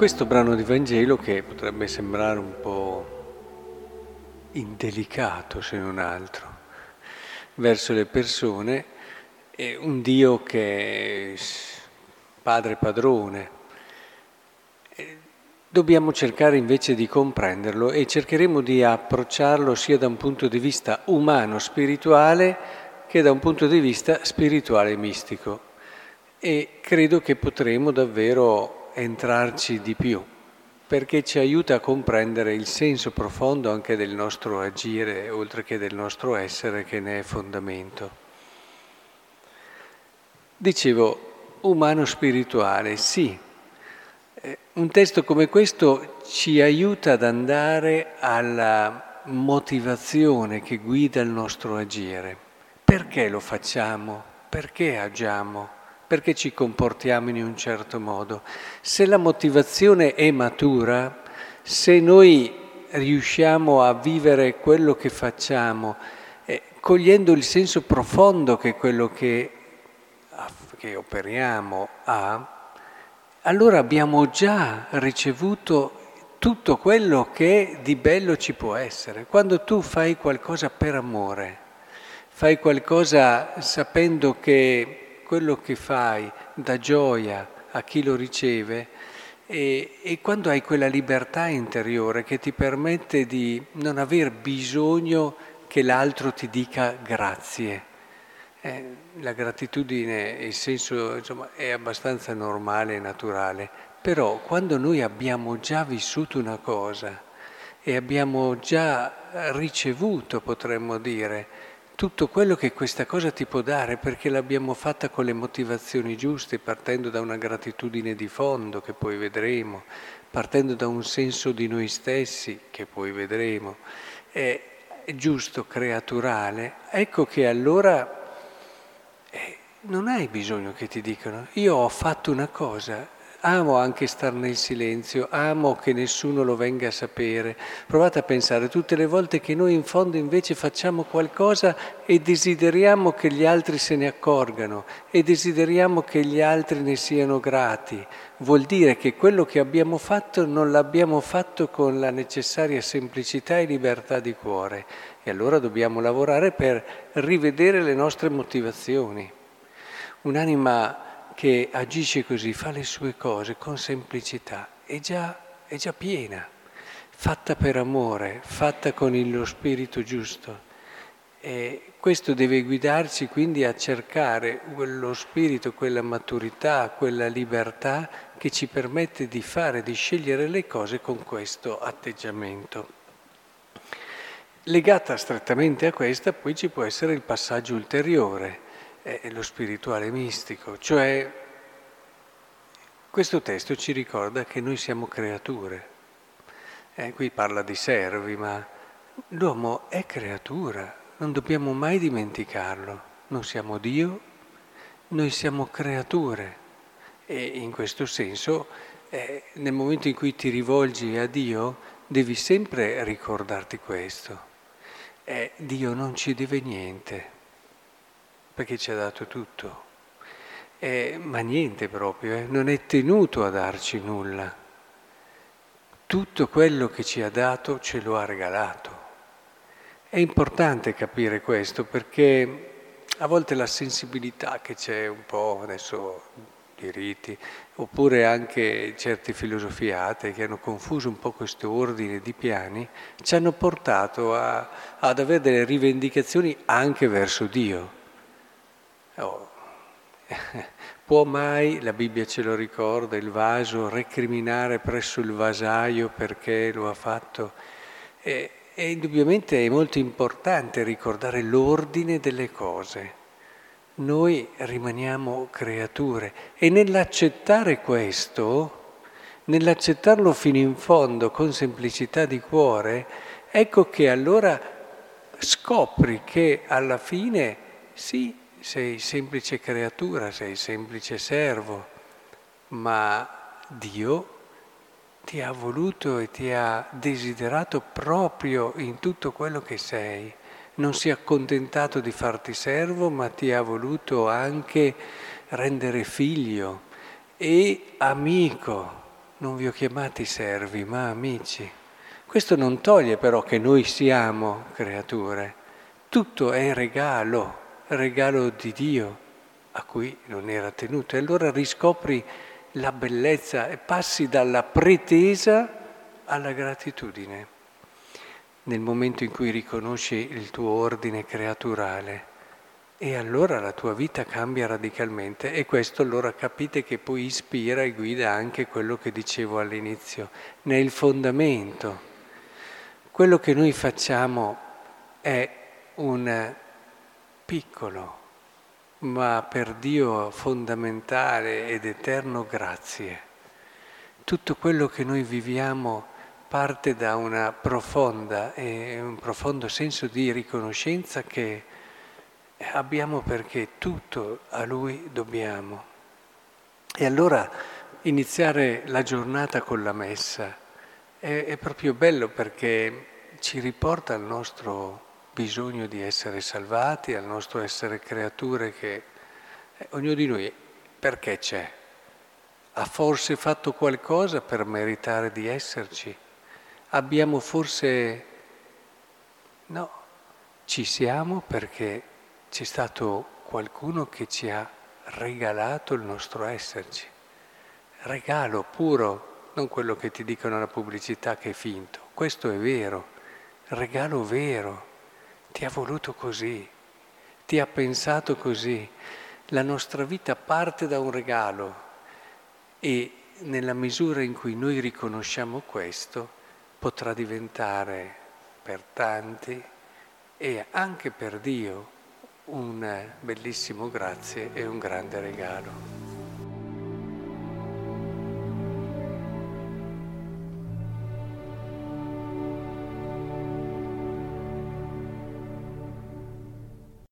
Questo brano di Vangelo, che potrebbe sembrare un po' indelicato se non altro, verso le persone, è un Dio che è padre padrone. Dobbiamo cercare invece di comprenderlo e cercheremo di approcciarlo sia da un punto di vista umano, spirituale, che da un punto di vista spirituale mistico. E credo che potremo davvero entrarci di più, perché ci aiuta a comprendere il senso profondo anche del nostro agire, oltre che del nostro essere, che ne è fondamento. Dicevo, umano-spirituale, sì. Un testo come questo ci aiuta ad andare alla motivazione che guida il nostro agire. Perché lo facciamo? Perché agiamo? Perché ci comportiamo in un certo modo? Se la motivazione è matura, se noi riusciamo a vivere quello che facciamo, cogliendo il senso profondo che quello che operiamo ha, allora abbiamo già ricevuto tutto quello che di bello ci può essere. Quando tu fai qualcosa per amore, fai qualcosa sapendo che quello che fai dà gioia a chi lo riceve, e quando hai quella libertà interiore che ti permette di non aver bisogno che l'altro ti dica grazie. La gratitudine, il senso, insomma, è abbastanza normale e naturale, però quando noi abbiamo già vissuto una cosa e abbiamo già ricevuto, potremmo dire, tutto quello che questa cosa ti può dare, perché l'abbiamo fatta con le motivazioni giuste, partendo da una gratitudine di fondo, che poi vedremo, partendo da un senso di noi stessi, che poi vedremo, è giusto, creaturale, ecco che allora non hai bisogno che ti dicano. Io ho fatto una cosa, amo anche star nel silenzio, amo che nessuno lo venga a sapere. Provate a pensare tutte le volte che noi in fondo invece facciamo qualcosa e desideriamo che gli altri se ne accorgano e desideriamo che gli altri ne siano grati. Vuol dire che quello che abbiamo fatto non l'abbiamo fatto con la necessaria semplicità e libertà di cuore. E allora dobbiamo lavorare per rivedere le nostre motivazioni. Un'anima che agisce così, fa le sue cose con semplicità, è già piena, fatta per amore, fatta con lo spirito giusto. E questo deve guidarci quindi a cercare quello spirito, quella maturità, quella libertà che ci permette di fare, di scegliere le cose con questo atteggiamento. Legata strettamente a questa poi ci può essere il passaggio ulteriore, lo spirituale mistico, cioè questo testo ci ricorda che noi siamo creature. Qui parla di servi, ma l'uomo è creatura, non dobbiamo mai dimenticarlo. Non siamo Dio, noi siamo creature. E in questo senso, nel momento in cui ti rivolgi a Dio, devi sempre ricordarti questo. Dio non ci deve niente, perché ci ha dato tutto, ma niente proprio, non è tenuto a darci nulla. Tutto quello che ci ha dato ce lo ha regalato. È importante capire questo, perché a volte la sensibilità che c'è un po' adesso di riti, oppure anche certe filosofiate che hanno confuso un po' questo ordine di piani, ci hanno portato ad avere delle rivendicazioni anche verso Dio. Può mai, la Bibbia ce lo ricorda, il vaso recriminare presso il vasaio perché lo ha fatto? E indubbiamente è molto importante ricordare l'ordine delle cose. Noi rimaniamo creature e nell'accettare questo, nell'accettarlo fino in fondo con semplicità di cuore, ecco che allora scopri che alla fine sì, sei semplice creatura, sei semplice servo, ma Dio ti ha voluto e ti ha desiderato proprio in tutto quello che sei. Non si è accontentato di farti servo, ma ti ha voluto anche rendere figlio e amico. non vi ho chiamati servi, ma amici. Questo non toglie però che noi siamo creature. Tutto è regalo di Dio, a cui non era tenuto. E allora riscopri la bellezza e passi dalla pretesa alla gratitudine. Nel momento in cui riconosci il tuo ordine creaturale, e allora la tua vita cambia radicalmente, e questo allora capite che poi ispira e guida anche quello che dicevo all'inizio, nel fondamento. Quello che noi facciamo è un piccolo, ma per Dio fondamentale ed eterno grazie. Tutto quello che noi viviamo parte da una profonda e un profondo senso di riconoscenza che abbiamo, perché tutto a Lui dobbiamo. E allora iniziare la giornata con la messa è proprio bello, perché ci riporta al nostro bisogno di essere salvati, al nostro essere creature che ognuno di noi perché c'è? Ha forse fatto qualcosa per meritare di esserci? Abbiamo forse... No, ci siamo perché c'è stato qualcuno che ci ha regalato il nostro esserci. Regalo puro, non quello che ti dicono alla pubblicità che è finto. Questo è vero, regalo vero. Ti ha voluto così, ti ha pensato così. La nostra vita parte da un regalo e nella misura in cui noi riconosciamo questo, potrà diventare per tanti e anche per Dio un bellissimo grazie e un grande regalo.